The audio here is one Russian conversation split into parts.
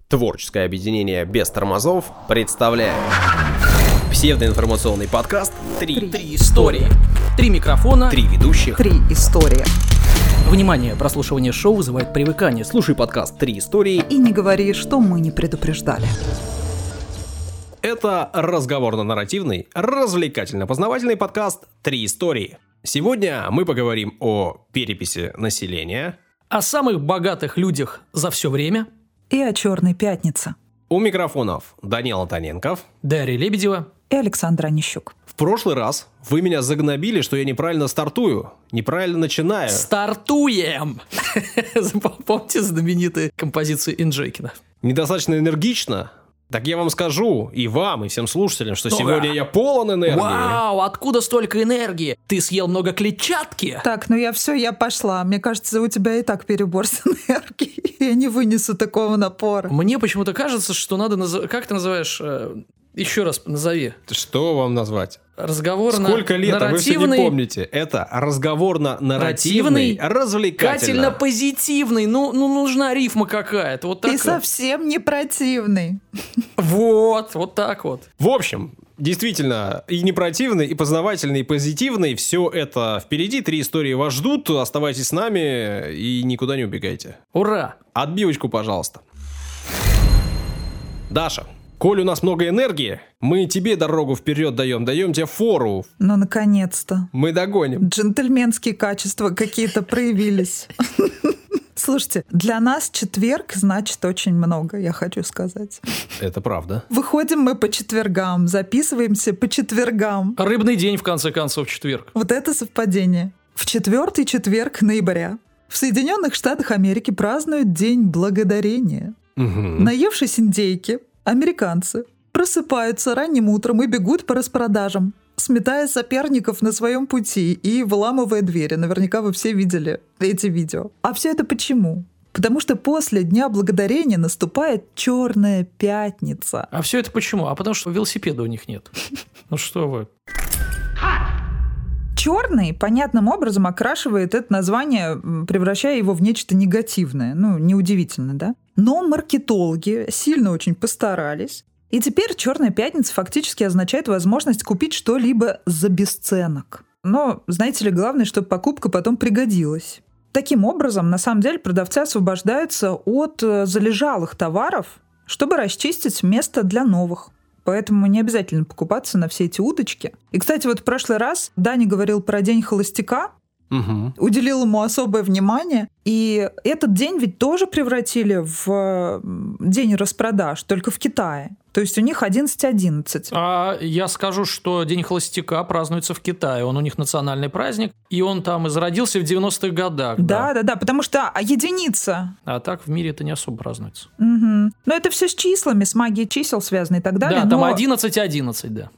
Творческое объединение «Без тормозов» представляет псевдоинформационный подкаст «Три истории». 3 микрофона, 3 ведущих, 3 истории. Внимание, прослушивание шоу вызывает привыкание. Слушай подкаст «Три истории» И не говори, что мы не предупреждали. Это разговорно-нарративный, развлекательно-познавательный подкаст «Три истории». Сегодня мы поговорим о переписи населения, О самых богатых людях за все время. И о «Черной пятнице». у микрофонов Данил Антоненков, Дарья Лебедева. И Александр Онищук. В прошлый раз вы меня загнобили, что я неправильно стартую, неправильно начинаю. Стартуем! Помните знаменитые композиции Инджекина? Недостаточно энергично? Так я вам скажу, и вам, и всем слушателям, что сегодня я полон энергии. Вау, откуда столько энергии? Ты съел много клетчатки? Так, я пошла. Мне кажется, у тебя и так перебор с энергией. Я не вынесу такого напора. Мне почему-то кажется, что надо... Как ты называешь? Еще раз назови. Что вам назвать? Разговорно-нарративный... Сколько лет, а вы все не помните. Это разговорно-нарративный, развлекательно. Кательно-позитивный. Ну, нужна рифма какая-то. Вот так. И совсем не противный. Вот так вот. В общем, действительно, и не противный, и познавательный, и позитивный. Все это впереди. 3 истории вас ждут. Оставайтесь с нами и никуда не убегайте. Ура! Отбивочку, пожалуйста. Даша, коль у нас много энергии, мы тебе дорогу вперед даем тебе фору. Ну, наконец-то. Мы догоним. Джентльменские качества какие-то проявились. Слушайте, для нас четверг значит очень много, я хочу сказать. Это правда. Выходим мы по четвергам, записываемся по четвергам. Рыбный день, в конце концов, четверг. Вот это совпадение. В 4-й четверг ноября в Соединенных Штатах Америки празднуют День Благодарения. Наевшись индейки, американцы просыпаются ранним утром и бегут по распродажам, сметая соперников на своем пути и выламывая двери. Наверняка вы все видели эти видео. А все это почему? Потому что после Дня Благодарения наступает Черная пятница. А все это почему? А потому что велосипеда у них нет. Ну что вы. Черный понятным образом окрашивает это название, превращая его в нечто негативное. Ну, неудивительно, да? Но маркетологи сильно очень постарались. И теперь «Черная пятница» фактически означает возможность купить что-либо за бесценок. Но, знаете ли, главное, чтобы покупка потом пригодилась. Таким образом, на самом деле, продавцы освобождаются от залежалых товаров, чтобы расчистить место для новых. Поэтому не обязательно покупаться на все эти удочки. И, кстати, вот в прошлый раз Даня говорил про День холостяка, уделил ему особое внимание. И этот день ведь тоже превратили в день распродаж, только в Китае. То есть у них 11.11. А я скажу, что День холостяка празднуется в Китае. Он у них национальный праздник, и он там и зародился в 90-х годах. Да, потому что единица. А так в мире это не особо празднуется. Но это все с числами, с магией чисел связано и так далее. Да, там 11.11, да.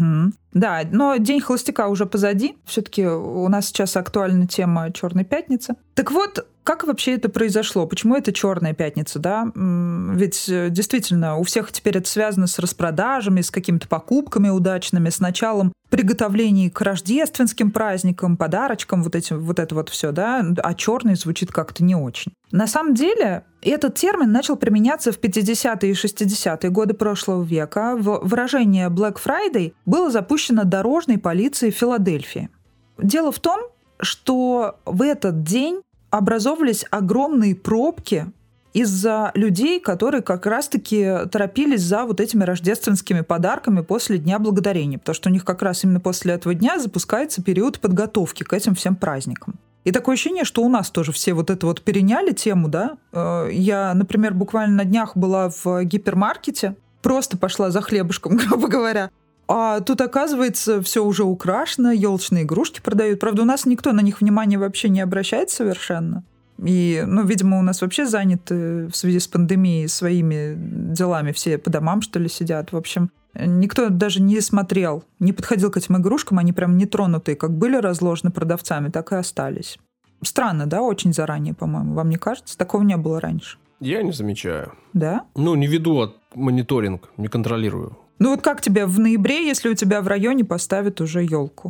Да, но День холостяка уже позади. Все-таки у нас сейчас актуальна тема Черной пятницы. Так вот, как вообще это произошло? Почему это Черная пятница, да? Ведь действительно у всех теперь это связано с распродажами, с какими-то покупками удачными, с началом приготовлений к рождественским праздникам, подарочкам, вот это вот все, да? А черный звучит как-то не очень. На самом деле, этот термин начал применяться в 50-е и 60-е годы прошлого века. Выражение Black Friday было запущено дорожной полицией Филадельфии. Дело в том, что в этот день образовывались огромные пробки из-за людей, которые как раз-таки торопились за вот этими рождественскими подарками после Дня Благодарения, потому что у них как раз именно после этого дня запускается период подготовки к этим всем праздникам. И такое ощущение, что у нас тоже все вот это вот переняли тему, да. Я, например, буквально на днях была в гипермаркете, просто пошла за хлебушком, грубо говоря. А тут, оказывается, все уже украшено, елочные игрушки продают. Правда, у нас никто на них внимания вообще не обращает совершенно. И, видимо, у нас вообще заняты в связи с пандемией своими делами. Все по домам, что ли, сидят. В общем, никто даже не смотрел, не подходил к этим игрушкам. Они прям нетронутые, как были разложены продавцами, так и остались. Странно, да? Очень заранее, по-моему. Вам не кажется? Такого не было раньше. Я не замечаю. Да? Не веду мониторинг, не контролирую. Вот как тебе в ноябре, если у тебя в районе поставят уже елку?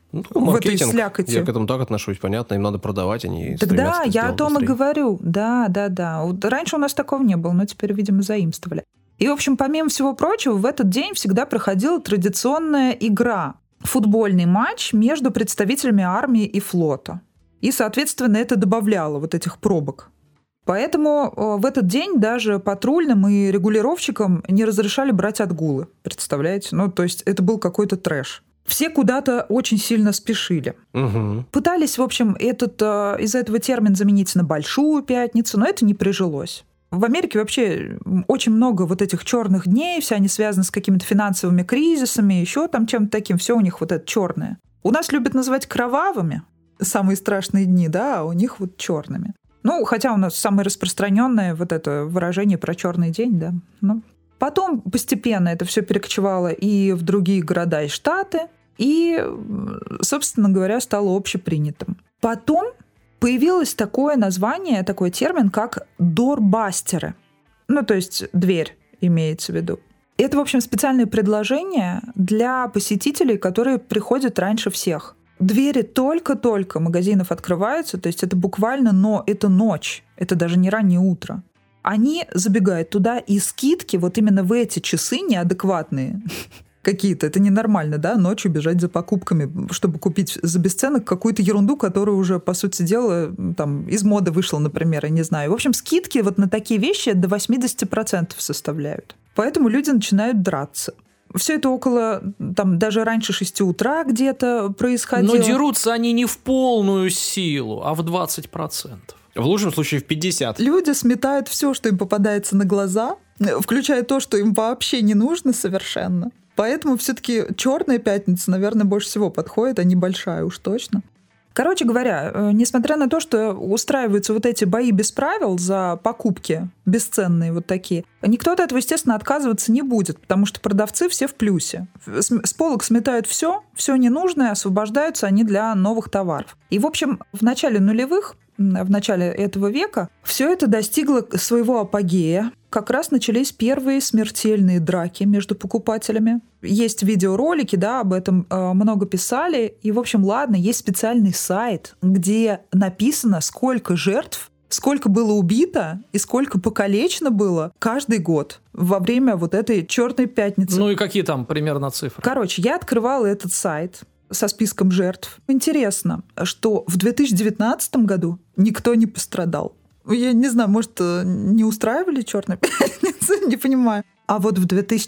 Ну, в этой маркетинг. слякоти. Я к этому так отношусь, понятно, им надо продавать, они Тогда стремятся я о том и быстрее. говорю. Да. Вот раньше у нас такого не было, но теперь, видимо, заимствовали. И, в общем, помимо всего прочего, в этот день всегда проходила традиционная игра. Футбольный матч между представителями армии и флота. И, соответственно, это добавляло вот этих пробок. Поэтому в этот день даже патрульным и регулировщикам не разрешали брать отгулы. Представляете? Ну, то есть это был какой-то трэш. Все куда-то очень сильно спешили. Угу. Пытались, в общем, из-за этого термин заменить на Большую пятницу, но это не прижилось. В Америке вообще очень много вот этих черных дней, все они связаны с какими-то финансовыми кризисами, еще там чем-то таким, все у них вот это черное. У нас любят называть кровавыми самые страшные дни, да, а у них вот черными. Ну, хотя у нас самое распространенное вот это выражение про черный день, да. Ну. Потом постепенно это все перекочевало и в другие города и штаты, и, собственно говоря, стало общепринятым. Потом появилось такое название, такой термин, как дорбастеры. Ну, то есть дверь имеется в виду. Это, в общем, специальное предложение для посетителей, которые приходят раньше всех. Двери только-только магазинов открываются, то есть это буквально, но это ночь, это даже не раннее утро. Они забегают туда, и скидки вот именно в эти часы неадекватные какие-то. Это ненормально, да, ночью бежать за покупками, чтобы купить за бесценок какую-то ерунду, которая уже, по сути дела, там, из моды вышла, например, я не знаю. В общем, скидки вот на такие вещи до 80% составляют. Поэтому люди начинают драться. Все это около, там, даже раньше 6 утра где-то происходило. Но дерутся они не в полную силу, а в 20%. В лучшем случае в 50. Люди сметают все, что им попадается на глаза, включая то, что им вообще не нужно совершенно. Поэтому все-таки черная пятница, наверное, больше всего подходит, а не большая уж точно. Короче говоря, несмотря на то, что устраиваются вот эти бои без правил за покупки, бесценные вот такие, никто от этого, естественно, отказываться не будет, потому что продавцы все в плюсе. С полок сметают все ненужное, освобождаются они для новых товаров. И, в общем, в начале нулевых, в начале этого века, все это достигло своего апогея. Как раз начались первые смертельные драки между покупателями. Есть видеоролики, да, об этом много писали. И, в общем, ладно, есть специальный сайт, где написано, сколько жертв, сколько было убито и сколько покалечено было каждый год во время вот этой черной пятницы. Ну и какие там примерно цифры? Короче, я открывала этот сайт со списком жертв. Интересно, что в 2019 году никто не пострадал. Я не знаю, может, не устраивали черную пятницу, не понимаю. А вот в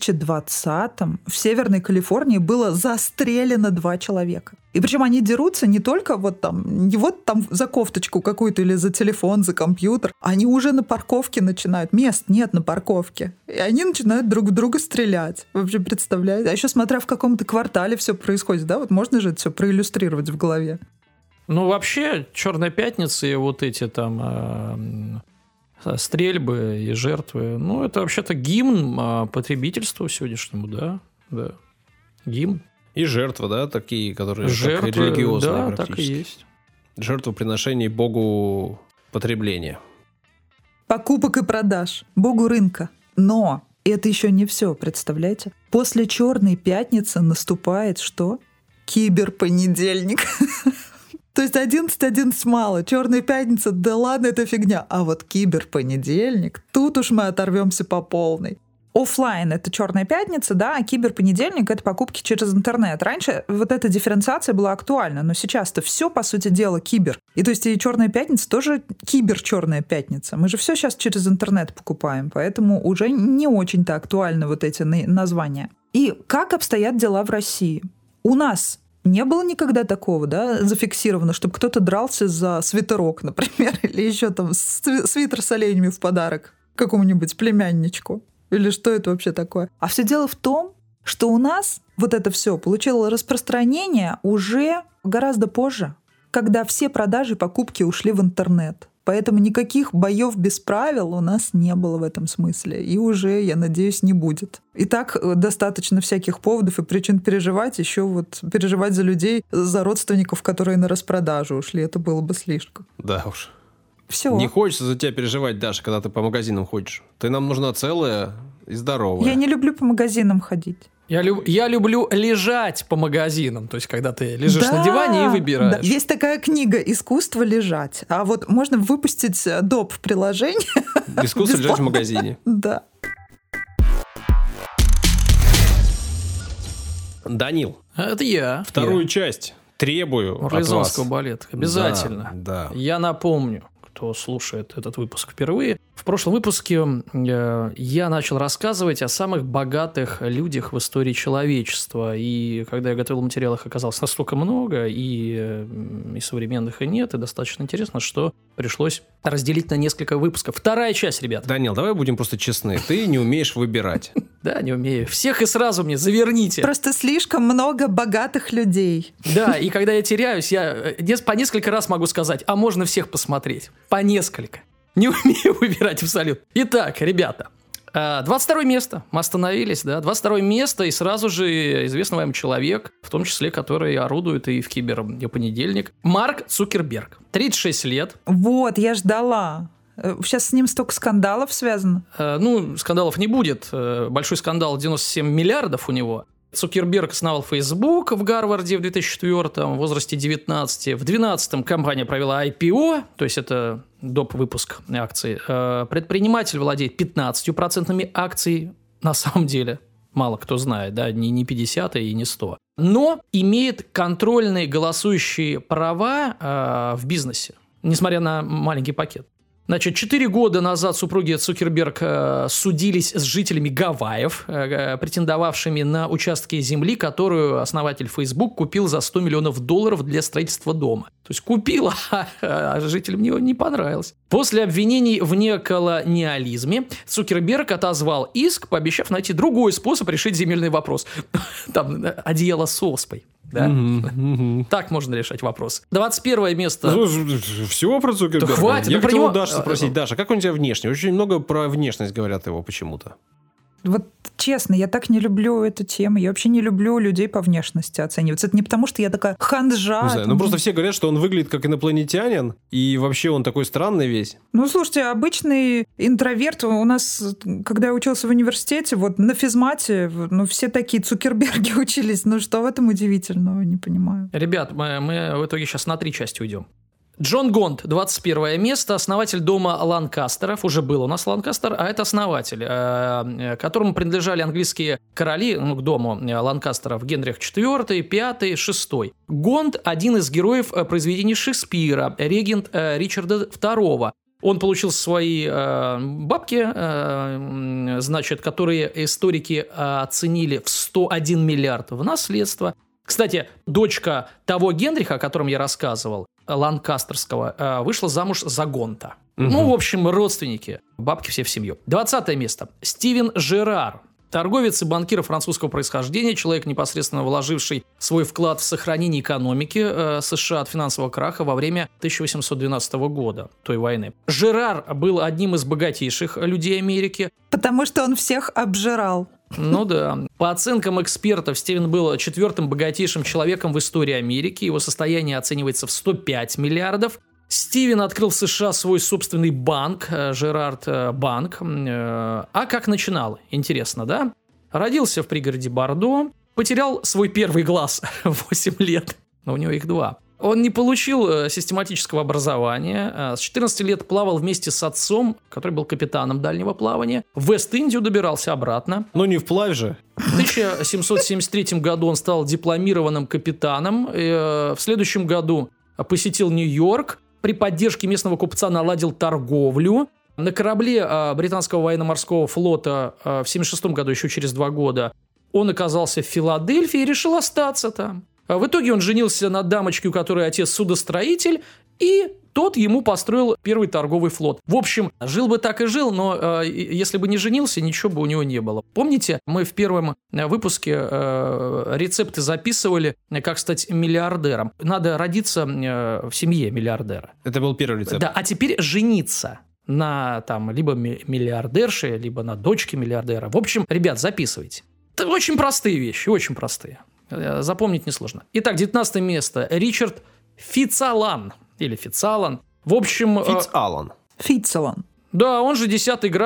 2020-м в Северной Калифорнии было застрелено 2 человека. И причем они дерутся не только не вот там за кофточку какую-то или за телефон, за компьютер. Они уже на парковке начинают. Мест нет на парковке. И они начинают друг в друга стрелять. Вообще, представляете? А еще смотря в каком-то квартале все происходит, да? Вот можно же это все проиллюстрировать в голове. Ну, вообще, «Черная пятница» и вот эти там стрельбы и жертвы, ну, это вообще-то гимн потребительству сегодняшнему, да. Гимн. И жертвы, да, такие, которые жертвы, как религиозные да, практически. Так и есть. Жертвоприношение Богу потребления. Покупок и продаж. Богу рынка. Но это еще не все, представляете? После Черной пятницы наступает что? Киберпонедельник. То есть 11.11 мало, Черная пятница, да ладно, это фигня. А вот киберпонедельник, тут уж мы оторвемся по полной. Оффлайн — это Черная пятница, да, а киберпонедельник — это покупки через интернет. Раньше вот эта дифференциация была актуальна, но сейчас-то все, по сути дела, кибер. И то есть и Черная пятница тоже кибер-черная пятница. Мы же все сейчас через интернет покупаем, поэтому уже не очень-то актуальны вот эти названия. И как обстоят дела в России? У нас не было никогда такого, да, зафиксировано, чтобы кто-то дрался за свитерок, например, или еще там свитер с оленями в подарок какому-нибудь племянничку. Или что это вообще такое? А все дело в том, что у нас вот это все получило распространение уже гораздо позже, когда все продажи и покупки ушли в интернет. Поэтому никаких боев без правил у нас не было в этом смысле. И уже, я надеюсь, не будет. И так достаточно всяких поводов и причин переживать. Еще вот переживать за людей, за родственников, которые на распродажу ушли. Это было бы слишком. Да уж. Все. Не хочется за тебя переживать, Даша, когда ты по магазинам ходишь. Ты нам нужна целая и здоровая. Я не люблю по магазинам ходить. Я люблю лежать по магазинам, то есть когда ты лежишь на диване и выбираешь. Да. Есть такая книга «Искусство лежать», а вот можно выпустить доп. Приложение. Искусство лежать в магазине. Да. Данил. Это я. Вторую часть требую от вас. Марлезонского балета. Обязательно. Да. Я напомню, кто слушает этот выпуск впервые. В прошлом выпуске я начал рассказывать о самых богатых людях в истории человечества. И когда я готовил материал, их оказалось настолько много, и современных, и нет, и достаточно интересно, что пришлось разделить на несколько выпусков. Вторая часть, ребят. Данил, давай будем просто честны. Ты не умеешь выбирать. Да, не умею. Всех и сразу мне заверните. Просто слишком много богатых людей. Да, и когда я теряюсь, я по несколько раз могу сказать, а можно всех посмотреть. По несколько. Не умею выбирать абсолютно. Итак, ребята, 22 место. Мы остановились, да? 22 место, и сразу же известный вам человек, в том числе, который орудует и в Киберпонедельник, Марк Цукерберг. 36 лет. Вот, я ждала. Сейчас с ним столько скандалов связано. Скандалов не будет. Большой скандал, 97 миллиардов у него. Цукерберг основал Facebook в Гарварде в 2004 в возрасте 19. В 2012 компания провела IPO, то есть это доп. Выпуск акций. Предприниматель владеет 15% акций. На самом деле, мало кто знает, да, не 50 и не 100. Но имеет контрольные голосующие права в бизнесе, несмотря на маленький пакет. Значит, 4 года назад супруги Цукерберг судились с жителями Гавайев, претендовавшими на участки земли, которую основатель Facebook купил за $100 миллионов для строительства дома. То есть купил, а жителям не понравилось. После обвинений в неколониализме Цукерберг отозвал иск, пообещав найти другой способ решить земельный вопрос. Там одеяло с оспой. Да? Так можно решать вопрос. 21 место. Всего про Цукерберга? Да хватит. Я хотел у Даши спросить. Даша, как он у тебя внешне? Очень много про внешность говорят его почему-то. Вот честно, я так не люблю эту тему. Я вообще не люблю людей по внешности оцениваться. Это не потому, что я такая ханжа. Не знаю, просто все говорят, что он выглядит как инопланетянин, и вообще он такой странный весь. Слушайте, обычный интроверт. У нас, когда я учился в университете, вот на физмате, все такие Цукерберги учились. Что в этом удивительного? Не понимаю. Ребят, мы в итоге сейчас на 3 части уйдем. Джон Гонт, 21 место, основатель дома Ланкастеров. Уже был у нас Ланкастер, а это основатель, которому принадлежали английские короли, к дому Ланкастеров, Генрих IV, V, VI. Гонт – один из героев произведений Шекспира, регент Ричарда II. Он получил свои бабки, которые историки оценили в 101 миллиард в наследство. Кстати, дочка того Генриха, о котором я рассказывал, Ланкастерского, вышла замуж за Гонта. В общем, родственники. Бабки все в семью. 20 место. Стивен Жерар. Торговец и банкир французского происхождения, человек, непосредственно вложивший свой вклад в сохранение экономики США от финансового краха во время 1812 года, той войны. Жерар был одним из богатейших людей Америки. Потому что он всех обжирал. Да. По оценкам экспертов, Стивен был 4-м богатейшим человеком в истории Америки. Его состояние оценивается в 105 миллиардов. Стивен открыл в США свой собственный банк, Жерард Банк. А как начинал? Интересно, да? Родился в пригороде Бордо, потерял свой первый глаз в 8 лет, но у него их 2. Он не получил систематического образования. С 14 лет плавал вместе с отцом, который был капитаном дальнего плавания. В Вест-Индию добирался обратно. Но не вплавь же. В 1773 году он стал дипломированным капитаном. В следующем году посетил Нью-Йорк. При поддержке местного купца наладил торговлю. На корабле британского военно-морского флота в 1976 году, еще через 2 года, он оказался в Филадельфии и решил остаться там. В итоге он женился на дамочке, у которой отец судостроитель, и тот ему построил первый торговый флот. В общем, жил бы так и жил, но если бы не женился, ничего бы у него не было. Помните, мы в первом выпуске рецепты записывали, как стать миллиардером. Надо родиться в семье миллиардера. Это был первый рецепт. Да, а теперь жениться на либо миллиардерше, либо на дочке миллиардера. В общем, ребят, записывайте. Это очень простые вещи, очень простые. Запомнить несложно. Итак, 19 место. Ричард Фицалан. Или Фицалан. В общем... Фицалан. Фицалан. Да, он же 10-й граф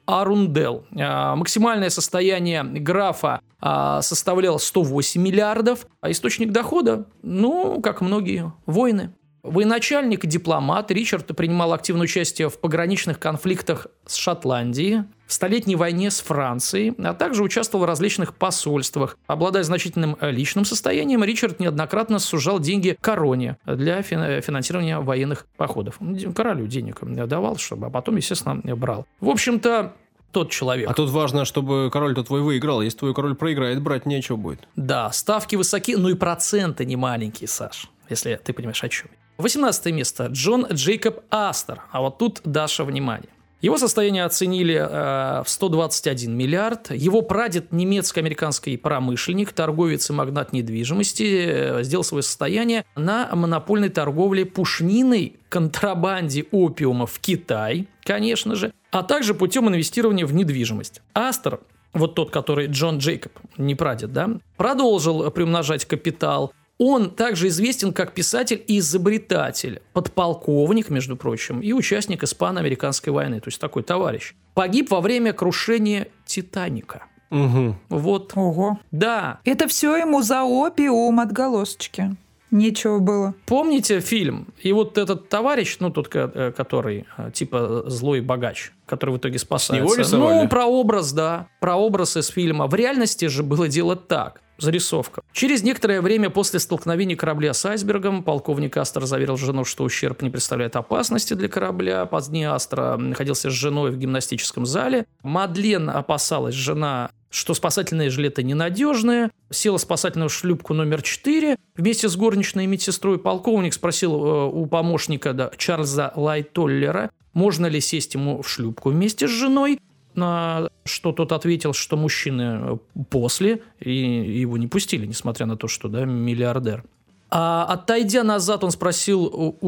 Арундел. Максимальное состояние графа составляло 108 миллиардов, а источник дохода, как многие, войны. Военачальник и дипломат, Ричард принимал активное участие в пограничных конфликтах с Шотландией, в Столетней войне с Францией, а также участвовал в различных посольствах. Обладая значительным личным состоянием, Ричард неоднократно сужал деньги короне для финансирования военных походов. Королю денег давал, а потом, естественно, брал. В общем-то, тот человек. А тут важно, чтобы король-то твой выиграл. Если твой король проиграет, брать нечего будет. Да, ставки высоки, и проценты не маленькие, Саш, если ты понимаешь, о чем. 18 место. Джон Джейкоб Астер. А вот тут, Даша, внимание. Его состояние оценили в 121 миллиард. Его прадед, немецко-американский промышленник, торговец и магнат недвижимости, сделал свое состояние на монопольной торговле пушниной, контрабанде опиума в Китай, конечно же, а также путем инвестирования в недвижимость. Астер, вот тот, который Джон Джейкоб, не прадед, да, продолжил приумножать капитал. Он также известен как писатель и изобретатель, подполковник, между прочим, и участник Испано-Американской войны, то есть такой товарищ. Погиб во время крушения «Титаника». Угу. Вот. Ого. Да. Это все ему за опиум отголосочки. Нечего было. Помните фильм? И вот этот товарищ, тот, который типа злой богач, который в итоге спасается. Его рисовали? Прообраз, да. Прообраз из фильма. В реальности же было дело так. Зарисовка. Через некоторое время после столкновения корабля с айсбергом полковник Астер заверил жену, что ущерб не представляет опасности для корабля. Позднее Астер находился с женой в гимнастическом зале. Мадлен опасалась, жена, что спасательные жилеты ненадежные. Села в спасательную шлюпку номер 4. Вместе с горничной и медсестрой полковник спросил у помощника Чарльза Лайтоллера, можно ли сесть ему в шлюпку вместе с женой. На что тот ответил, что мужчины после, и его не пустили, несмотря на то, что миллиардер. А отойдя назад, он спросил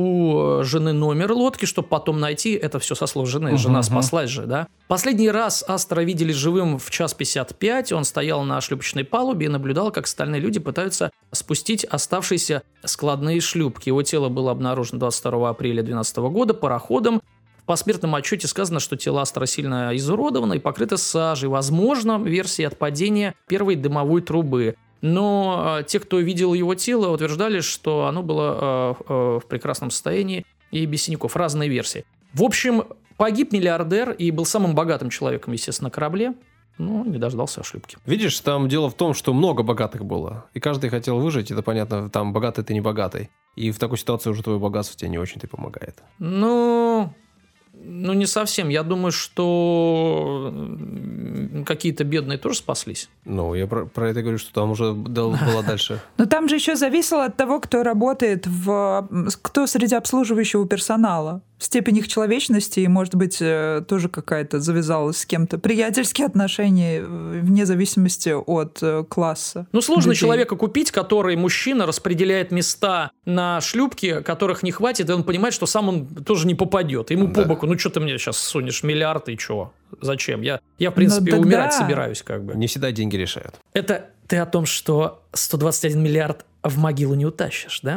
у жены номер лодки, чтобы потом найти. Это все со слов жены. Жена спаслась же, да? Последний раз Астера видели живым в 1:55. Он стоял на шлюпочной палубе и наблюдал, как остальные люди пытаются спустить оставшиеся складные шлюпки. Его тело было обнаружено 22 апреля 2012 года пароходом. В посмертном отчете сказано, что тело Астера сильно изуродовано и покрыто сажей. Возможно, версия от падения первой дымовой трубы. Но те, кто видел его тело, утверждали, что оно было в прекрасном состоянии и без синяков. Разные версии. В общем, погиб миллиардер и был самым богатым человеком, естественно, на корабле. Но не дождался шлюпки. Видишь, там дело в том, что много богатых было. И каждый хотел выжить, это понятно, там богатый ты не богатый. И в такой ситуации уже твое богатство тебе не очень-то и помогает. Не совсем. Я думаю, что какие-то бедные тоже спаслись. Я про это говорю, что там уже было дальше. Но там же еще зависело от того, кто работает кто среди обслуживающего персонала. Степень их человечности, и, может быть, тоже какая-то завязалась с кем-то. Приятельские отношения вне зависимости от класса. Сложно людей. Человека купить, который мужчина распределяет места на шлюпке, которых не хватит, и он понимает, что сам он тоже не попадет. Ему по боку, что ты мне сейчас сунешь миллиард, и чего? Зачем? Я в принципе, умирать собираюсь как бы. Не всегда деньги решают. Это ты о том, что 121 миллиард в могилу не утащишь, да?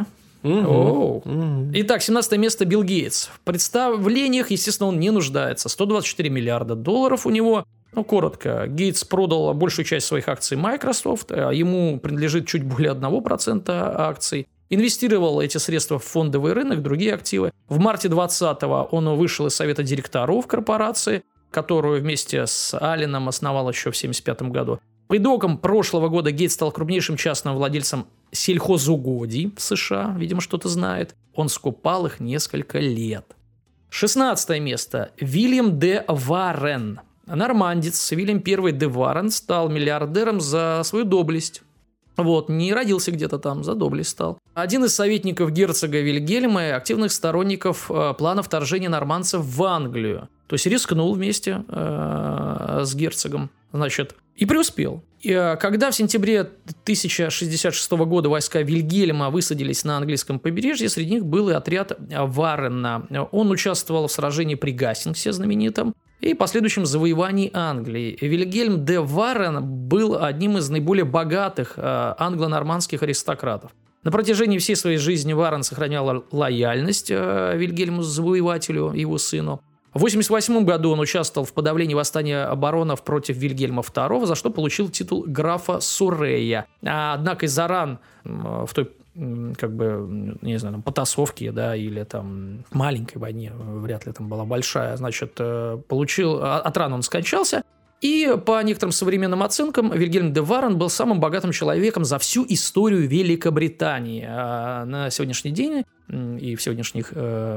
Итак, 17 место Билл Гейтс. В представлениях, естественно, он не нуждается. 124 миллиарда долларов у него. Коротко. Гейтс продал большую часть своих акций Microsoft. Ему принадлежит чуть более 1% акций. Инвестировал эти средства в фондовый рынок, другие активы. В марте 2020-го он вышел из совета директоров корпорации, которую вместе с Алленом основал еще в 1975 году. По итогам прошлого года Гейтс стал крупнейшим частным владельцем сельхозугодий в США, видимо, что-то знает. Он скупал их несколько лет. 16 место. Вильям Д. Варрен. Нормандец Вильям I Д. Варрен стал миллиардером за свою доблесть. Не родился где-то там, за доблесть стал. Один из советников герцога Вильгельма и активных сторонников плана вторжения нормандцев в Англию. То есть рискнул вместе с герцогом, и преуспел. И когда в сентябре 1066 года войска Вильгельма высадились на английском побережье, среди них был и отряд Варрена. Он участвовал в сражении при Гастингсе знаменитом и последующем завоевании Англии. Вильгельм де Варрен был одним из наиболее богатых англо-нормандских аристократов. На протяжении всей своей жизни Варрен сохранял лояльность Вильгельму Завоевателю, его сыну. В 1988 году он участвовал в подавлении восстания баронов против Вильгельма II, за что получил титул графа Сурея. Однако из-за ран в той, как бы, не знаю, там, потасовке, да, или там маленькой войне, вряд ли там была большая, значит, от ран он скончался. И по некоторым современным оценкам Вильгельм де Варен был самым богатым человеком за всю историю Великобритании. А на сегодняшний день и в сегодняшних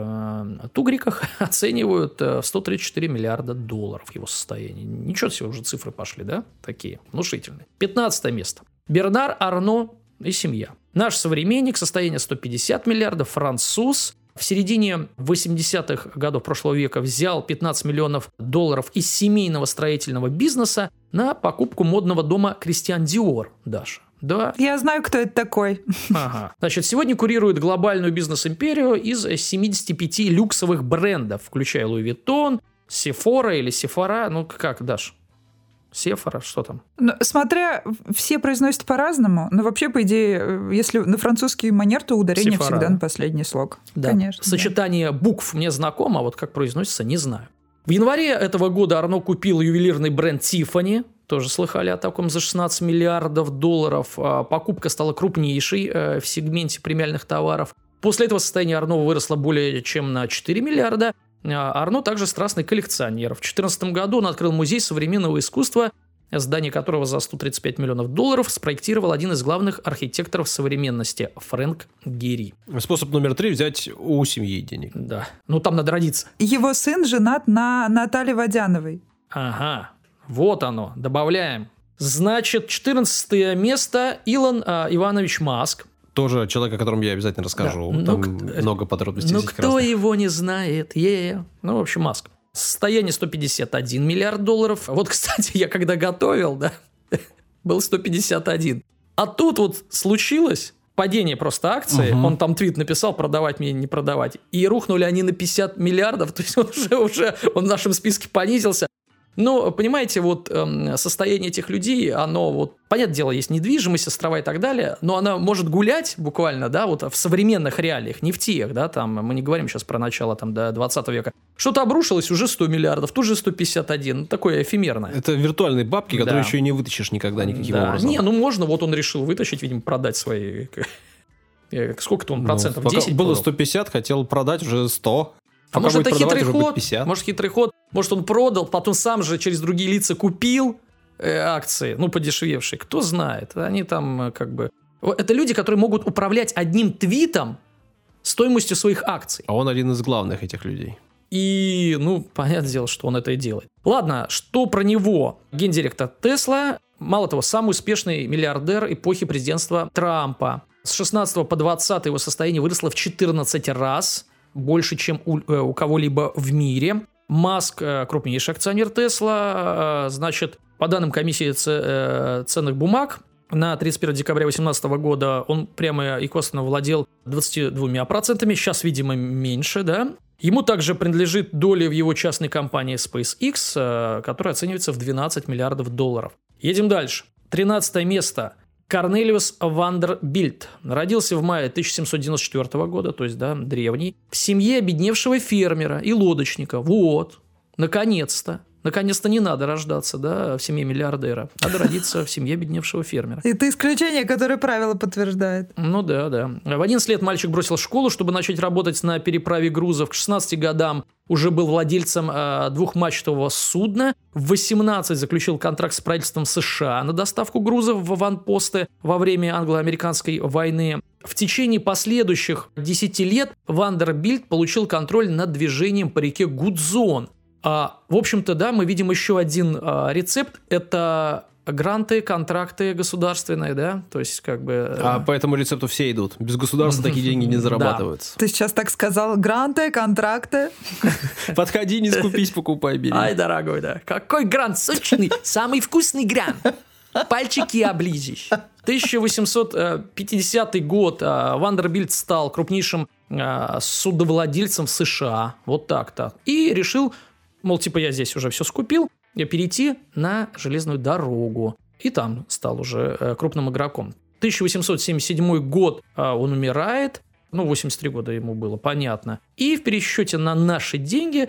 тугриках оценивают в 134 миллиарда долларов его состояние. Ничего себе, уже цифры пошли, да? Такие внушительные. 15 место. Бернар Арно и семья. Наш современник, состояние 150 миллиардов, француз. В середине 80-х годов прошлого века взял 15 миллионов долларов из семейного строительного бизнеса на покупку модного дома Кристиан Диор, Даша. Да. Я знаю, кто это такой. Ага. Значит, сегодня курирует глобальную бизнес-империю из 75 люксовых брендов, включая Луи Виттон, Сефора или Сефора. Ну, как, Даш? Сефора, что там? Ну, смотря, все произносят по-разному, но вообще, по идее, если на французский манер, то ударение Сефора, всегда да. на последний слог. Да. Конечно. Сочетание букв мне знакомо, а вот как произносится, не знаю. В январе этого года Арно купил ювелирный бренд Tiffany. Тоже слыхали о таком, за 16 миллиардов долларов. Покупка стала крупнейшей в сегменте премиальных товаров. После этого состояние Арно выросло более чем на 4 миллиарда. Арно также страстный коллекционер. В 2014 году он открыл музей современного искусства, здание которого за 135 миллионов долларов спроектировал один из главных архитекторов современности Фрэнк Герри. Способ номер 3 – взять у семьи денег. Да. Ну, там надо родиться. Его сын женат на Наталье Водяновой. Ага. Вот оно. Добавляем. Значит, 14 место Илон Иванович Маск. Тоже человек, о котором я обязательно расскажу. Да. Там много подробностей. Ну, здесь кто разных. его не знает? Ну, в общем, Маск. Состояние 151 миллиард долларов. Вот, кстати, я когда готовил, да, был 151. А тут вот случилось падение просто акции. Он там твит написал, продавать мне, не продавать. И рухнули они на 50 миллиардов. То есть он уже он в нашем списке понизился. Но, понимаете, вот состояние этих людей, оно вот, понятное дело, есть недвижимость, острова и так далее, но она может гулять буквально, да, вот в современных реалиях, не в тех, да, там, мы не говорим сейчас про начало там до 20 века. Что-то обрушилось, уже 100 миллиардов, тут же 151, такое эфемерное. Это виртуальные бабки, которые Да. еще и не вытащишь никогда никаким Да. образом. Не, ну можно, вот он решил вытащить, видимо, продать свои... Сколько-то он процентов? Пока 10 было продал? 150, хотел продать уже 100. А может, это будет продавать, хитрый уже будет ход? 50. Может, хитрый ход? Может, он продал, потом сам же через другие лица купил акции, ну, подешевевшие. Кто знает. Они там как бы... Это люди, которые могут управлять одним твитом стоимостью своих акций. А он один из главных этих людей. И, ну, понятное дело, что он это и делает. Ладно, что про него? Гендиректор Тесла, мало того, самый успешный миллиардер эпохи президентства Трампа. С 16 по 20 его состояние выросло в 14 раз. Больше, чем у кого-либо в мире. Маск, крупнейший акционер Тесла, значит, по данным комиссии ценных бумаг, на 31 декабря 2018 года он прямо и косвенно владел 22%, сейчас, видимо, меньше, да. Ему также принадлежит доля в его частной компании SpaceX, которая оценивается в 12 миллиардов долларов. Едем дальше. 13 место. Корнелиус Вандербильт. Родился в мае 1794 года, то есть, да, древний, в семье обедневшего фермера и лодочника. Вот, наконец-то. Наконец-то не надо рождаться, да, в семье миллиардера. Надо родиться в семье обедневшего фермера. Это исключение, которое правило подтверждает. Ну да, да. В 11 лет мальчик бросил школу, чтобы начать работать на переправе грузов. К 16 годам уже был владельцем двухмачтового судна. В 18 заключил контракт с правительством США на доставку грузов в аванпосты во время англо-американской войны. В течение последующих 10 лет Вандербильт получил контроль над движением по реке Гудзон. В общем-то, да, мы видим еще один рецепт. Это гранты, контракты государственные, да, то есть как бы... А по этому рецепту все идут. Без государства такие деньги не зарабатываются. Ты сейчас так сказал, гранты, контракты. Подходи, не скупись, покупай, бери. Ай, дорогой, да. Какой грант сочный, самый вкусный грант. Пальчики оближешь. 1850 год. Вандербильт стал крупнейшим судовладельцем в США. Вот так-то. И решил, мол, типа я здесь уже все скупил, перейти на железную дорогу. И там стал уже крупным игроком. 1877 год он умирает. Ну, 83 года ему было, понятно. И в пересчете на наши деньги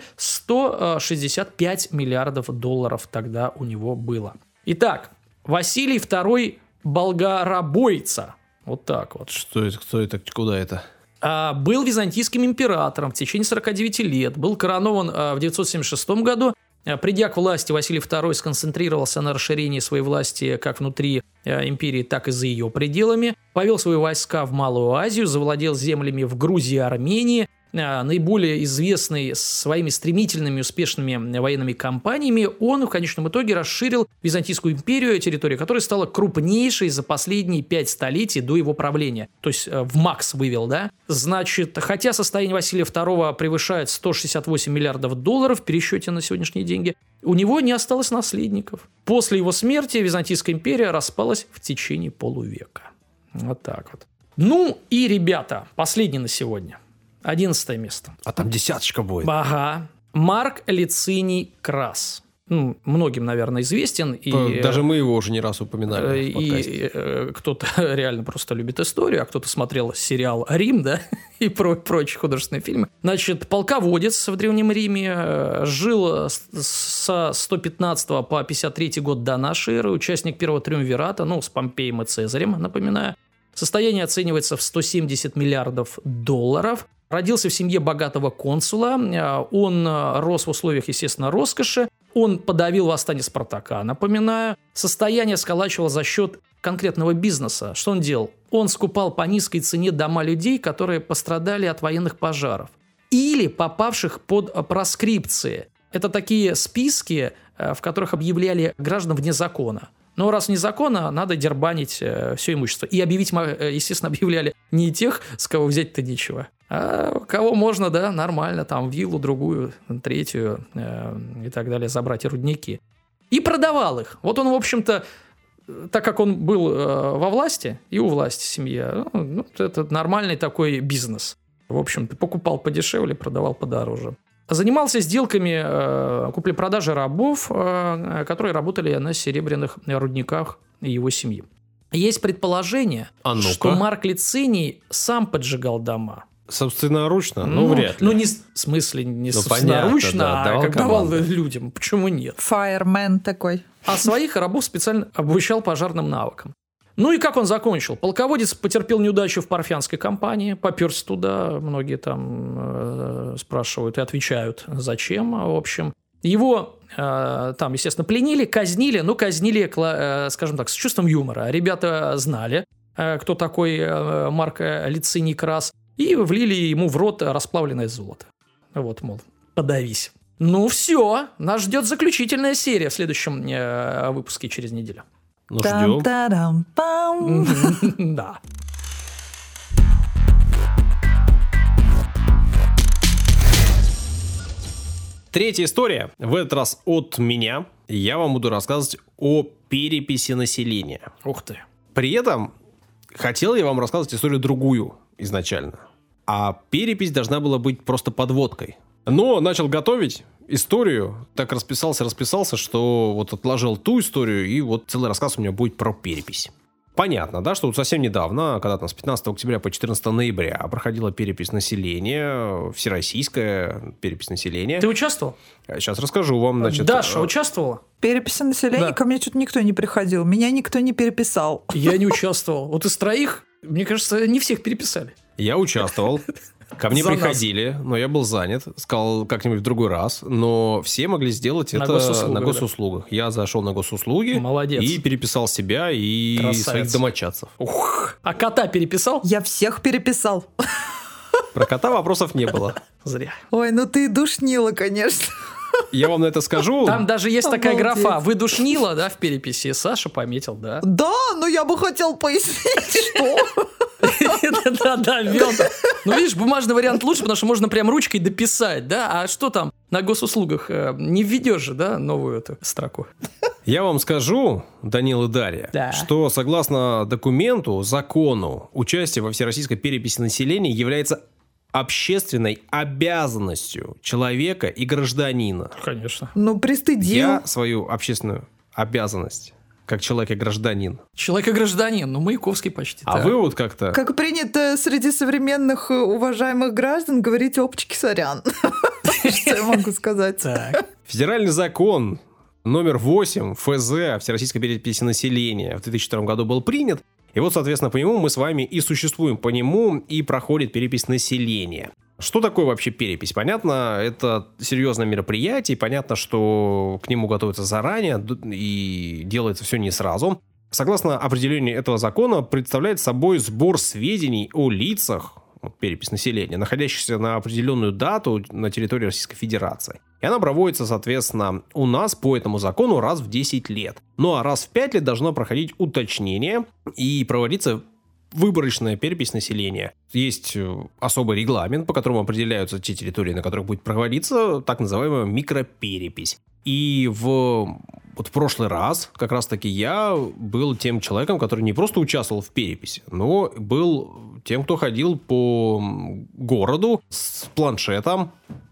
165 миллиардов долларов тогда у него было. Итак, Василий II Болгаробойца. Вот так вот. Что это? Кто это? Куда это? Был византийским императором в течение 49 лет. Был коронован в 976 году. Придя к власти, Василий II сконцентрировался на расширении своей власти как внутри империи, так и за ее пределами. Повел свои войска в Малую Азию, завладел землями в Грузии и Армении. Наиболее известный своими стремительными успешными военными кампаниями, он в конечном итоге расширил Византийскую империю, территория которой стала крупнейшей за последние 5 столетий до его правления. То есть в макс вывел, да? Значит, хотя состояние Василия II превышает 168 миллиардов долларов в пересчете на сегодняшние деньги, у него не осталось наследников. После его смерти Византийская империя распалась в течение полувека. Вот так вот. Ну и, ребята, последний на сегодня. 11 место. А там десяточка будет. Ага. Марк Лициний Крас. Ну, многим, наверное, известен. И, даже мы его уже не раз упоминали в подкасте. И кто-то реально просто любит историю, а кто-то смотрел сериал «Рим», да, и прочие художественные фильмы. Значит, полководец в Древнем Риме, жил со 115 по 53 год до нашей эры, участник первого триумвирата, ну, с Помпеем и Цезарем, напоминаю. Состояние оценивается в 170 миллиардов долларов. Родился в семье богатого консула. Он рос в условиях, естественно, роскоши. Он подавил восстание Спартака, напоминаю. Состояние сколачивал за счет конкретного бизнеса. Что он делал? Он скупал по низкой цене дома людей, которые пострадали от военных пожаров или попавших под проскрипции. Это такие списки, в которых объявляли граждан вне закона. Но раз вне закона, надо дербанить все имущество. И объявить, естественно, объявляли не тех, с кого взять-то нечего, а кого можно, да, нормально, там, виллу, другую, третью и так далее, забрать и рудники. И продавал их. Вот он, в общем-то, так как он был во власти, и у власти семья, ну, это нормальный такой бизнес. В общем-то, покупал подешевле, продавал подороже. Занимался сделками купли-продажи рабов, которые работали на серебряных рудниках его семьи. Есть предположение, что Марк Лициний сам поджигал дома. Собственноручно? Ну, вряд ли. Ну, не, в смысле, не собственноручно, да, а как давал людям. Почему нет? Фаермен такой. А своих рабов специально обучал пожарным навыкам. Ну и как он закончил? Полководец потерпел неудачу в Парфянской кампании, поперся туда, многие там спрашивают и отвечают, зачем, в общем. Его там, естественно, пленили, казнили, но казнили, скажем так, с чувством юмора. Ребята знали, кто такой Марк Лициний Крас, и влили ему в рот расплавленное золото. Вот, мол, подавись. Ну все, нас ждет заключительная серия в следующем выпуске через неделю. Ну, ждем. Да. Третья история, в этот раз от меня. Я вам буду рассказывать о переписи населения. Ух ты. При этом хотел я вам рассказывать историю другую изначально. А перепись должна была быть просто подводкой. Но начал готовить историю, так расписался, что вот отложил ту историю, и вот целый рассказ у меня будет про перепись. Понятно, да, что вот совсем недавно, когда там с 15 октября по 14 ноября проходила перепись населения, всероссийская перепись населения. Ты участвовал? Сейчас расскажу вам, значит... Даша участвовала? Переписи населения? Да. Ко мне что-то никто не приходил, меня никто не переписал. Я не участвовал. Вот из троих, мне кажется, не всех переписали. Я участвовал. Ко мне приходили, но я был занят, сказал как-нибудь в другой раз, но все могли сделать это на госуслугах. Да. Я зашел на госуслуги. Молодец. И переписал себя и своих домочадцев. Ух. А кота переписал? Я всех переписал. Про кота вопросов не было. Зря. Ой, ну ты душнила, конечно. Я вам на это скажу. Там даже есть такая графа. Вы душнила, да, в переписи? Саша пометил, да? Да, но я бы хотел пояснить, что... Да, ввел. Ну, видишь, бумажный вариант лучше, потому что можно прям ручкой дописать, да? А что там на госуслугах? Не введешь же, да, новую эту строку? Я вам скажу, Данил и Дарья, что согласно документу, закону, участие во всероссийской переписи населения является общественной обязанностью человека и гражданина. Конечно. Ну, пристыдил. Я свою общественную обязанность как человек и гражданин. Человек и гражданин, ну Маяковский почти. А так. вы вот как-то... Как принято среди современных уважаемых граждан говорить «опачки, сорян». Что я могу сказать? Так. Федеральный закон номер 8 ФЗ о Всероссийской переписи населения в 2002 году был принят. И вот, соответственно, по нему мы с вами и существуем по нему, и проходит перепись населения. Что такое вообще перепись? Понятно, это серьезное мероприятие, понятно, что к нему готовятся заранее, и делается все не сразу. Согласно определению этого закона, представляет собой сбор сведений о лицах, перепись населения, находящихся на определенную дату на территории Российской Федерации. И она проводится, соответственно, у нас по этому закону раз в 10 лет. Ну а раз в 5 лет должно проходить уточнение и проводиться выборочная перепись населения. Есть особый регламент, по которому определяются те территории, на которых будет проводиться так называемая микроперепись. И в прошлый раз как раз-таки я был тем человеком, который не просто участвовал в переписи, но был тем, кто ходил по городу с планшетом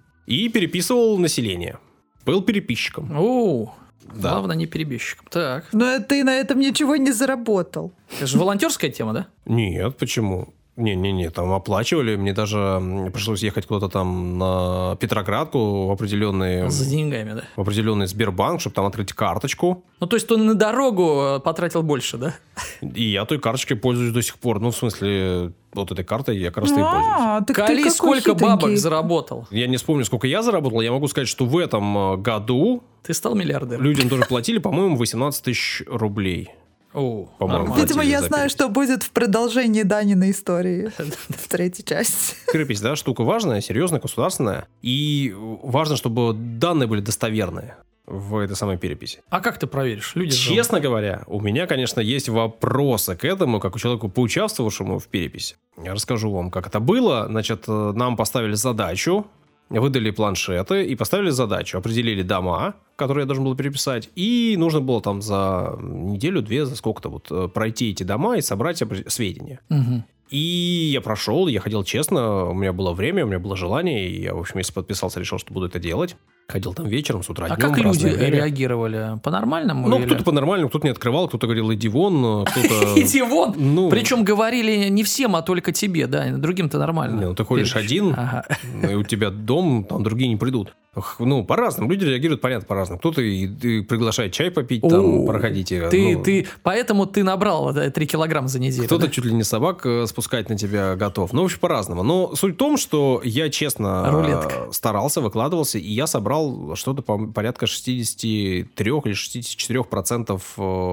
и переписывал население. Был переписчиком. О, Да. главное, не перебежчиком. Так. Но ты на этом ничего не заработал. Это же волонтерская тема, да? Нет, почему? Не, там оплачивали. Мне даже пришлось ехать куда-то там на Петроградку в определенный За деньгами, да. в определенный Сбербанк, чтобы там открыть карточку. Ну, то есть он на дорогу потратил больше, да? И я той карточкой пользуюсь до сих пор. Ну, в смысле, вот этой картой я как раз и пользуюсь. Так ты Кали, какой сколько хитренький. бабок заработал? Я не вспомню, сколько я заработал. Я могу сказать, что в этом году Ты стал миллиардером. людям тоже платили, по-моему, 18 тысяч рублей. О, По-моему, нормально. Видимо, платили я за знаю, перепись. что будет в продолжении Даниной истории в третьей части. Перепись, да, штука важная, серьезная, государственная. И важно, чтобы данные были достоверные в этой самой переписи. А как ты проверишь? Люди же- Честно говоря, у меня, конечно, есть вопросы к этому, как у человека, поучаствовавшему в переписи. Я расскажу вам, как это было. Значит, нам поставили задачу, выдали планшеты и поставили задачу. Определили дома, которые я должен был переписать. И нужно было там за неделю-две, за сколько-то вот пройти эти дома и собрать сведения. Мгм. И я прошел, я ходил честно, у меня было время, у меня было желание, и я, в общем, если подписался, решил, что буду это делать. Ходил там вечером, с утра, А днем, как в разное люди время. реагировали? По-нормальному? Ну, или- кто-то по-нормальному, кто-то не открывал, кто-то говорил, иди вон, кто-то... Иди вон! Ну, Причем говорили не всем, а только тебе, да, другим-то нормально. не, ну ты ходишь один, Ага. и у тебя дом, там другие не придут. Ну, по-разному. Люди реагируют, понятно, по-разному. Кто-то и приглашает чай попить, там, О, проходите. Поэтому ты набрал 3 килограмма за неделю. Кто-то да? чуть ли не собак спускать на тебя готов. Ну, в общем, по-разному. Но суть в том, что я честно Рулетка. старался, выкладывался, и я собрал что-то порядка 63 или 64%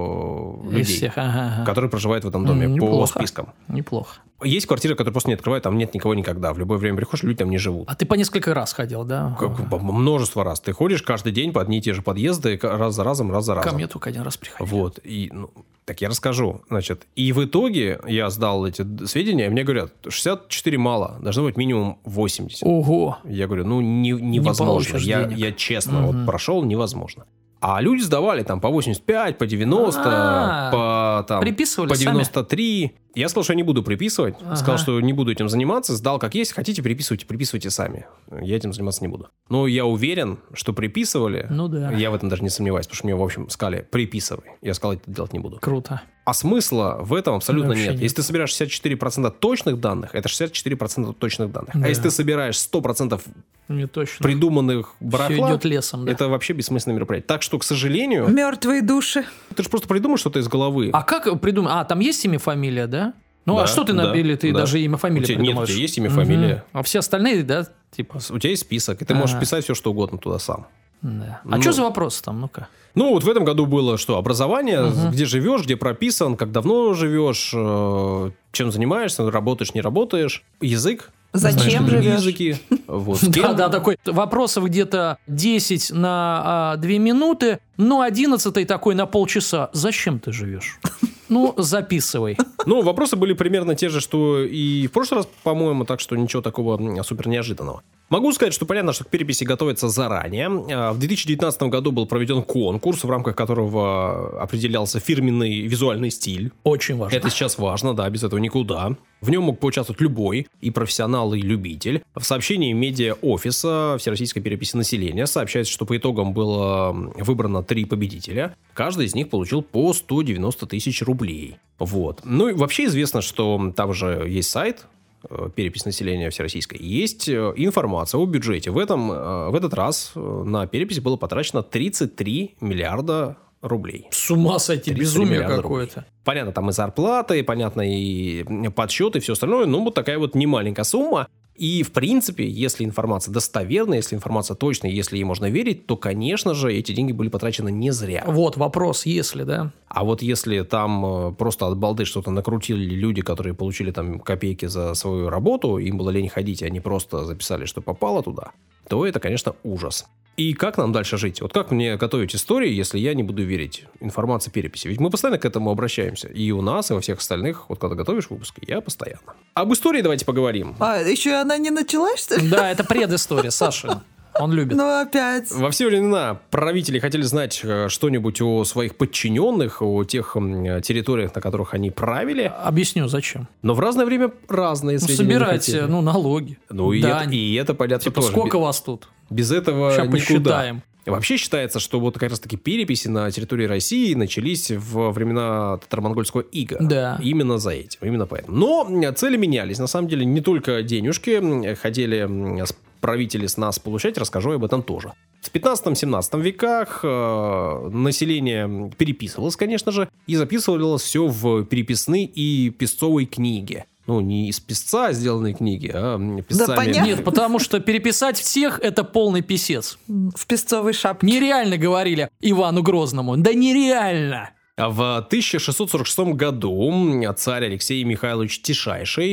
Из людей, всех, ага. которые проживают в этом доме по Неплохо. спискам. Неплохо. Есть квартиры, которые просто не открывают, там нет никого никогда. В любое время приходишь, люди там не живут. А ты по несколько раз ходил, да? Множество раз. Ты ходишь каждый день по одни и те же подъезды, раз за разом, раз за разом. Ко мне только один раз приходил. Вот. И, так я расскажу. Значит, и в итоге я сдал эти сведения, и мне говорят, 64 мало, должно быть минимум 80. Ого. Я говорю, невозможно. получишь Я денег. честно вот прошел, невозможно. А люди сдавали там по 85, по 90, Приписывали по сами? 93. Я сказал, что я не буду приписывать. Ага. Сказал, что не буду этим заниматься. Сдал как есть. Хотите, приписывайте сами. Я этим заниматься не буду. Но я уверен, что приписывали. Ну да. Я в этом даже не сомневаюсь, потому что мне, в общем, сказали, приписывай. Я сказал, это делать не буду. Круто. А смысла в этом абсолютно Вообще нет. нет. Если ты собираешь 64% точных данных, это 64% точных данных. Да. А если ты собираешь 100% Не точно. придуманных Все барахла, идет лесом, да. это вообще бессмысленное мероприятие. Так что, к сожалению, Мертвые души. ты же просто придумаешь что-то из головы. А как придумать? А, там есть имя, фамилия, да? Ну, Да, а что ты да, или ты да. даже имя, У фамилия тебя, нет, у придумаешь? тебя есть имя, Мгм. фамилия. А все остальные, да, типа? У тебя есть список, и ты можешь писать все, что угодно туда сам. Да. А Ну. что за вопрос там? Ну-ка. Ну, вот в этом году было что? Образование, где живешь, где прописан, как давно живешь, чем занимаешься, работаешь, не работаешь. Язык. Зачем Знаешь ли другие живешь? языки. Вот. С кем? Да, такой. Вопросов где-то 10 на 2 минуты, но 11 такой на полчаса. Зачем ты живешь? Ну, записывай. Ну, вопросы были примерно те же, что и в прошлый раз, по-моему, так что ничего такого супер неожиданного. Могу сказать, что понятно, что к переписи готовятся заранее. В 2019 году был проведен конкурс, в рамках которого определялся фирменный визуальный стиль. Очень важно. Это сейчас важно, да, без этого никуда. В нем мог поучаствовать любой, и профессионал, и любитель. В сообщении медиа-офиса Всероссийской переписи населения сообщается, что по итогам было выбрано 3 победителя. Каждый из них получил по 190 тысяч рублей. Вот. Ну и вообще известно, что там же есть сайт, перепись населения всероссийской, есть информация о бюджете. В этот раз на перепись было потрачено 33 миллиарда рублей. С ума сойти, безумие какое-то. Понятно, там и зарплаты, понятно, и подсчеты, и все остальное, но вот такая вот немаленькая сумма. И, в принципе, если информация достоверная, если информация точная, если ей можно верить, то, конечно же, эти деньги были потрачены не зря. Вот вопрос, если, да? А вот если там просто от балды что-то накрутили люди, которые получили там копейки за свою работу, им было лень ходить, и они просто записали, что попало туда, то это, конечно, ужас. И как нам дальше жить? Вот как мне готовить истории, если я не буду верить информации переписи? Ведь мы постоянно к этому обращаемся. И у нас, и во всех остальных. Вот когда готовишь выпуски, я постоянно. Об истории давайте поговорим. А, еще она не началась, что ли? Да, это предыстория, Саша. Он любит. Ну, опять. Во все времена правители хотели знать что-нибудь о своих подчиненных, о тех территориях, на которых они правили. Объясню, зачем. Но в разное время разные сведения собирайте, налоги. Ну, и это понятно типа, тоже. Сколько вас тут? Без этого сейчас никуда. посчитаем. Вообще считается, что вот как раз-таки переписи на территории России начались во времена татаро-монгольского ига. Да. Именно за этим, именно поэтому. Но цели менялись. На самом деле не только денежки хотели правители с нас получать, расскажу об этом тоже. В 15-17 веках население переписывалось, конечно же, и записывалось все в переписные и писцовой книги. Ну, не из писца сделанные книги, а писцами. Да, понятно. Нет, потому что переписать всех – это полный писец. В песцовой шапке. Нереально, говорили Ивану Грозному. Да нереально! В 1646 году царь Алексей Михайлович Тишайший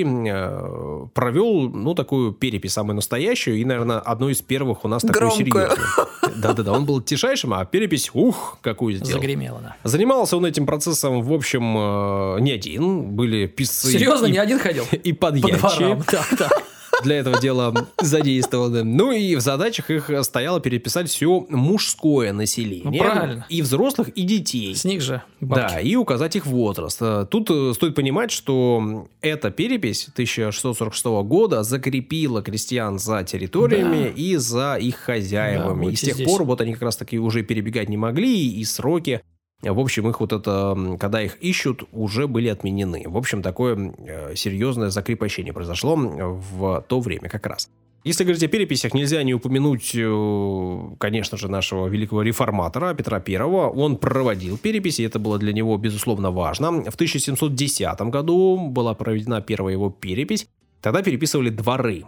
провел, такую перепись, самую настоящую, и, наверное, одну из первых у нас такую серьезную. Да-да-да, он был Тишайшим, а перепись, какую сделал. Загремело, да. Занимался он этим процессом, в общем, не один. Были писцы. Серьезно, не один ходил? И подьячие. По дворам, так. Для этого дела задействованы. Ну и в задачах их стояло переписать все мужское население. Ну, правильно. И взрослых, и детей. С них же бабки. Да, и указать их возраст. Тут стоит понимать, что эта перепись 1646 года закрепила крестьян за территориями и за их хозяевами. Да, и с тех здесь. пор вот они как раз-таки уже перебегать не могли, и сроки... В общем, их когда их ищут, уже были отменены. В общем, такое серьезное закрепощение произошло в то время как раз. Если говорить о переписях, нельзя не упомянуть, конечно же, нашего великого реформатора Петра I. Он проводил переписи, это было для него, безусловно, важно. В 1710 году была проведена первая его перепись. Тогда переписывали дворы.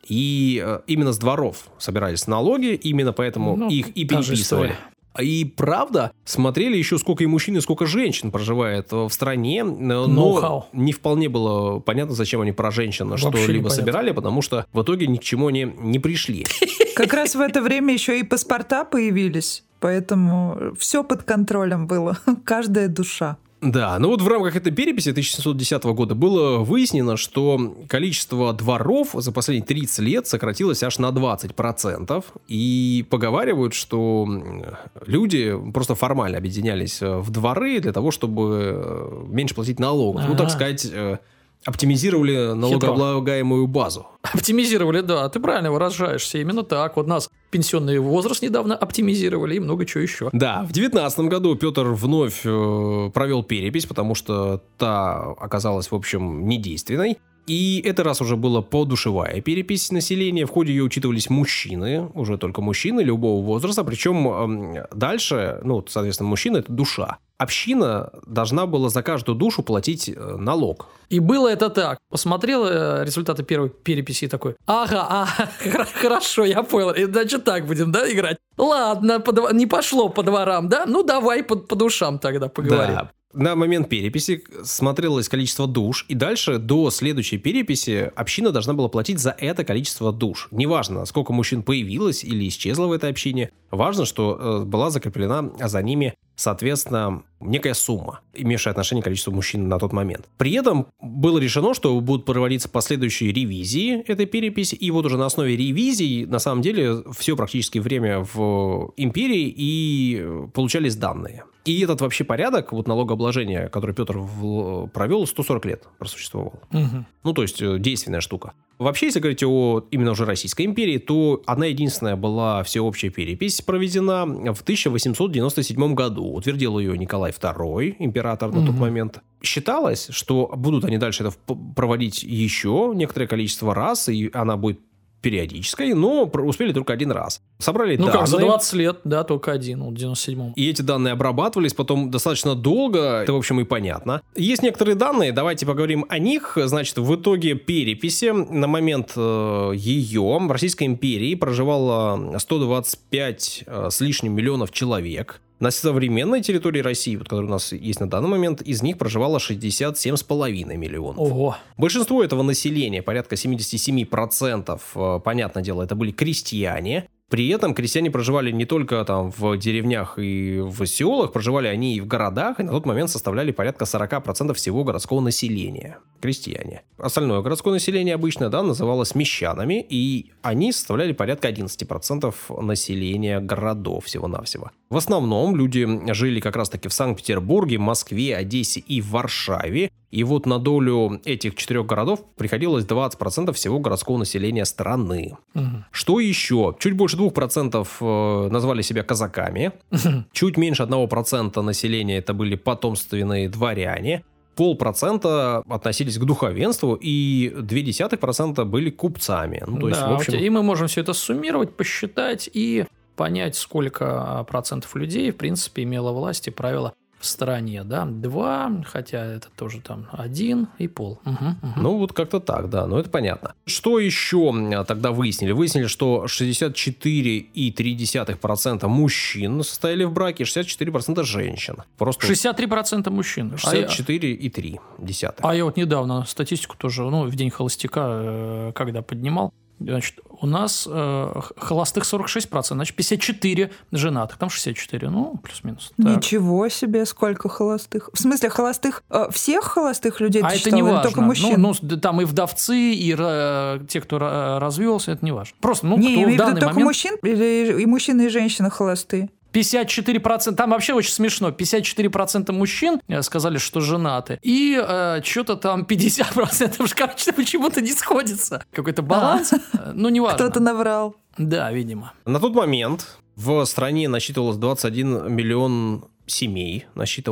И именно с дворов собирались налоги, именно поэтому их и переписывали. И правда, смотрели еще сколько и мужчин, и сколько женщин проживает в стране, но не вполне было понятно, зачем они про женщин что-либо собирали, потому что в итоге ни к чему они не пришли. Как раз в это время еще и паспорта появились, поэтому все под контролем было, каждая душа. Да, ну вот в рамках этой переписи 1710 года было выяснено, что количество дворов за последние 30 лет сократилось аж на 20%. И поговаривают, что люди просто формально объединялись в дворы для того, чтобы меньше платить налогов. Ну, так сказать, оптимизировали налогооблагаемую базу. Оптимизировали, да, ты правильно выражаешься. Именно так. Вот нас пенсионный возраст недавно оптимизировали и много чего еще. Да, в 19 году Петр вновь провел перепись, потому что та оказалась, в общем, недейственной. И это раз уже была подушевая перепись населения. В ходе ее учитывались мужчины, уже только мужчины любого возраста. Причем дальше, соответственно, мужчина – это душа. Община должна была за каждую душу платить налог. И было это так. Посмотрел результаты первой переписи и такой: хорошо, я понял. Значит, так будем, да, играть? Ладно, не пошло по дворам, да? Ну, давай по душам тогда поговорим. Да. На момент переписи смотрелось количество душ, и дальше до следующей переписи община должна была платить за это количество душ. Неважно, сколько мужчин появилось или исчезло в этой общине, важно, что была закреплена за ними соответственно, некая сумма, имевшая отношение к количеству мужчин на тот момент. При этом было решено, что будут проводиться последующие ревизии этой переписи, и вот уже на основе ревизий, на самом деле, все практически время в империи и получались данные. И этот вообще порядок вот налогообложения, который Петр провел, 140 лет просуществовал. Угу. Ну, то есть, действенная штука. Вообще, если говорить о именно уже Российской империи, то одна единственная была всеобщая перепись проведена в 1897 году. Утвердил ее Николай II, император на тот момент. Считалось, что будут они дальше это проводить еще некоторое количество раз, и она будет периодической, но успели только один раз. Собрали данные. Ну как, за 20 лет, да, только один, в 97-м. И эти данные обрабатывались потом достаточно долго, это, в общем, и понятно. Есть некоторые данные, давайте поговорим о них. Значит, в итоге переписи на момент ее в Российской империи проживало 125 с лишним миллионов человек. На современной территории России, вот, которая у нас есть на данный момент, из них проживало 67,5 миллионов. Ого. Большинство этого населения, порядка 77%, понятное дело, это были крестьяне. При этом крестьяне проживали не только там в деревнях и в селах, проживали они и в городах, и на тот момент составляли порядка 40% всего городского населения. Крестьяне. Остальное городское население обычно, да, называлось мещанами, и они составляли порядка 11% населения городов всего-навсего. В основном люди жили как раз-таки в Санкт-Петербурге, Москве, Одессе и Варшаве. И вот на долю этих 4 городов приходилось 20% всего городского населения страны. Угу. Что еще? Чуть больше 2% назвали себя казаками. Чуть меньше 1% населения это были потомственные дворяне. 0,5% относились к духовенству, и 0,2% были купцами. Ну, то есть, да, в общем... и мы можем все это суммировать, посчитать и понять, сколько процентов людей, в принципе, имело власть и правило в стране, да, 2, хотя это тоже там 1,5. Ну, вот как-то так, да, ну это понятно. Что еще тогда выяснили? Выяснили, что 64,3% мужчин состояли в браке, 64% женщин. Просто 63% мужчин. 64,3%. А я вот недавно статистику тоже, ну, в день холостяка, когда поднимал, значит, у нас холостых 46%, значит, 54 женатых, там 64, ну, плюс-минус. Так. Ничего себе, сколько холостых. В смысле, холостых, всех холостых людей ты это считала, не важно. Только мужчин? Ну, там и вдовцы, и те, кто развелся, это не важно. Просто, ну, не, кто в данный только момент... мужчин, или и мужчины, и женщины холостые? 54%, там вообще очень смешно, 54% мужчин сказали, что женаты, и что-то там 50%, короче, почему-то не сходится. Какой-то баланс, ну, неважно. Кто-то наврал. Да, видимо. На тот момент в стране насчитывалось 21 миллион семей,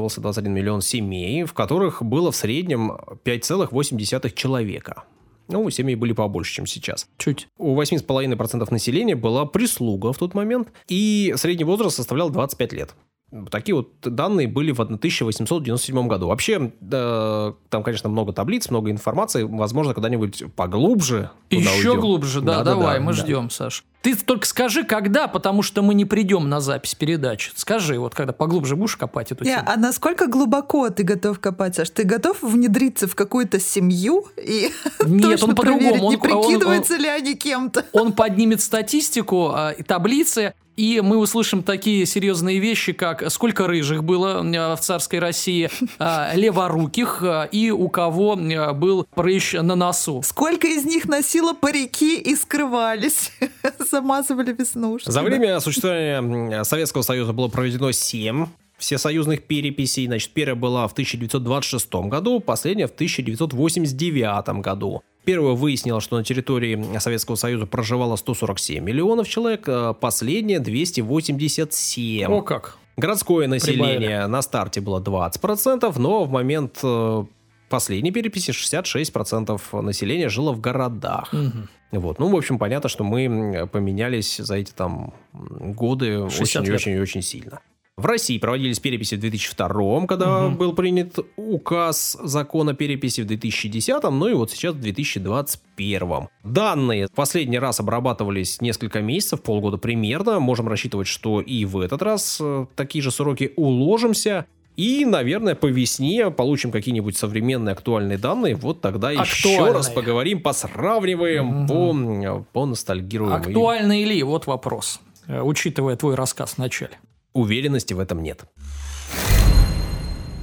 в которых было в среднем 5,8 человека. Ну, семьи были побольше, чем сейчас. Чуть. У 8,5% населения была прислуга в тот момент, и средний возраст составлял 25 лет. Такие вот данные были в 1897 году. Вообще, там, конечно, много таблиц, много информации. Возможно, когда-нибудь поглубже. Еще уйдем. Глубже, да, давай, мы ждем, Саш. Ты только скажи, когда, потому что мы не придем на запись передачи. Скажи, вот когда поглубже будешь копать эту тему. А насколько глубоко ты готов копать, Саш? Ты готов внедриться в какую-то семью и Нет, точно он по-другому. не прикидываются ли они кем-то? Он поднимет статистику, таблицы, и мы услышим такие серьезные вещи, как сколько рыжих было в царской России, леворуких и у кого был прыщ на носу. Сколько из них носило парики и скрывались, замазывали веснушки. За время существования Советского Союза было проведено 7 всесоюзных переписей. Значит, первая была в 1926 году, последняя в 1989 году. Первая выяснила, что на территории Советского Союза проживало 147 миллионов человек, последняя 287. О как! Городское население на старте было 20%, но в момент последней переписи 66% населения жило в городах. Угу. Вот. Ну, в общем, понятно, что мы поменялись за эти там годы очень-очень-очень сильно. В России проводились переписи в 2002, когда был принят указ закона переписи, в 2010, ну и вот сейчас в 2021. Данные в последний раз обрабатывались несколько месяцев, полгода примерно. Можем рассчитывать, что и в этот раз такие же сроки уложимся. И, наверное, по весне получим какие-нибудь современные актуальные данные. Вот тогда еще раз поговорим, посравниваем, поностальгируем. Актуальные ли? Вот вопрос, учитывая твой рассказ в начале. Уверенности в этом нет.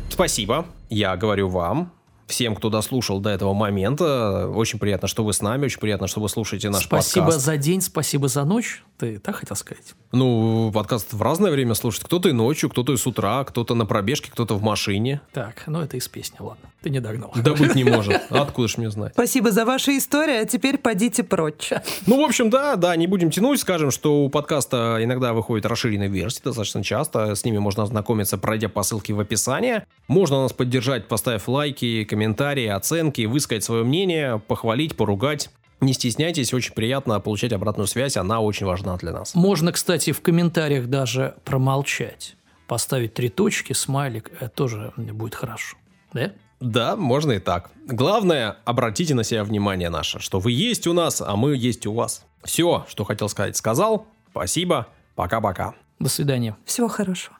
Спасибо, я говорю вам. Всем, кто дослушал до этого момента, очень приятно, что вы с нами, очень приятно, что вы слушаете наш подкаст. Спасибо за день, спасибо за ночь. Ты так хотел сказать? Ну, подкаст в разное время слушать. Кто-то и ночью, кто-то и с утра, кто-то на пробежке, кто-то в машине. Так, ну это из песни, ладно. Ты не догнал. Да быть не может. Откуда ж мне знать? Спасибо за ваши истории, а теперь подите прочь. Ну, в общем, да, не будем тянуть. Скажем, что у подкаста иногда выходит расширенная версия, достаточно часто. С ними можно ознакомиться, пройдя по ссылке в описании. Можно нас поддержать, поставив лайки, комментарии, оценки, высказать свое мнение, похвалить, поругать. Не стесняйтесь, очень приятно получать обратную связь, она очень важна для нас. Можно, кстати, в комментариях даже промолчать. Поставить 3 точки, смайлик, это тоже будет хорошо. Да? Да, можно и так. Главное, обратите на себя внимание наше, что вы есть у нас, а мы есть у вас. Все, что хотел сказать, сказал. Спасибо. Пока-пока. До свидания. Всего хорошего.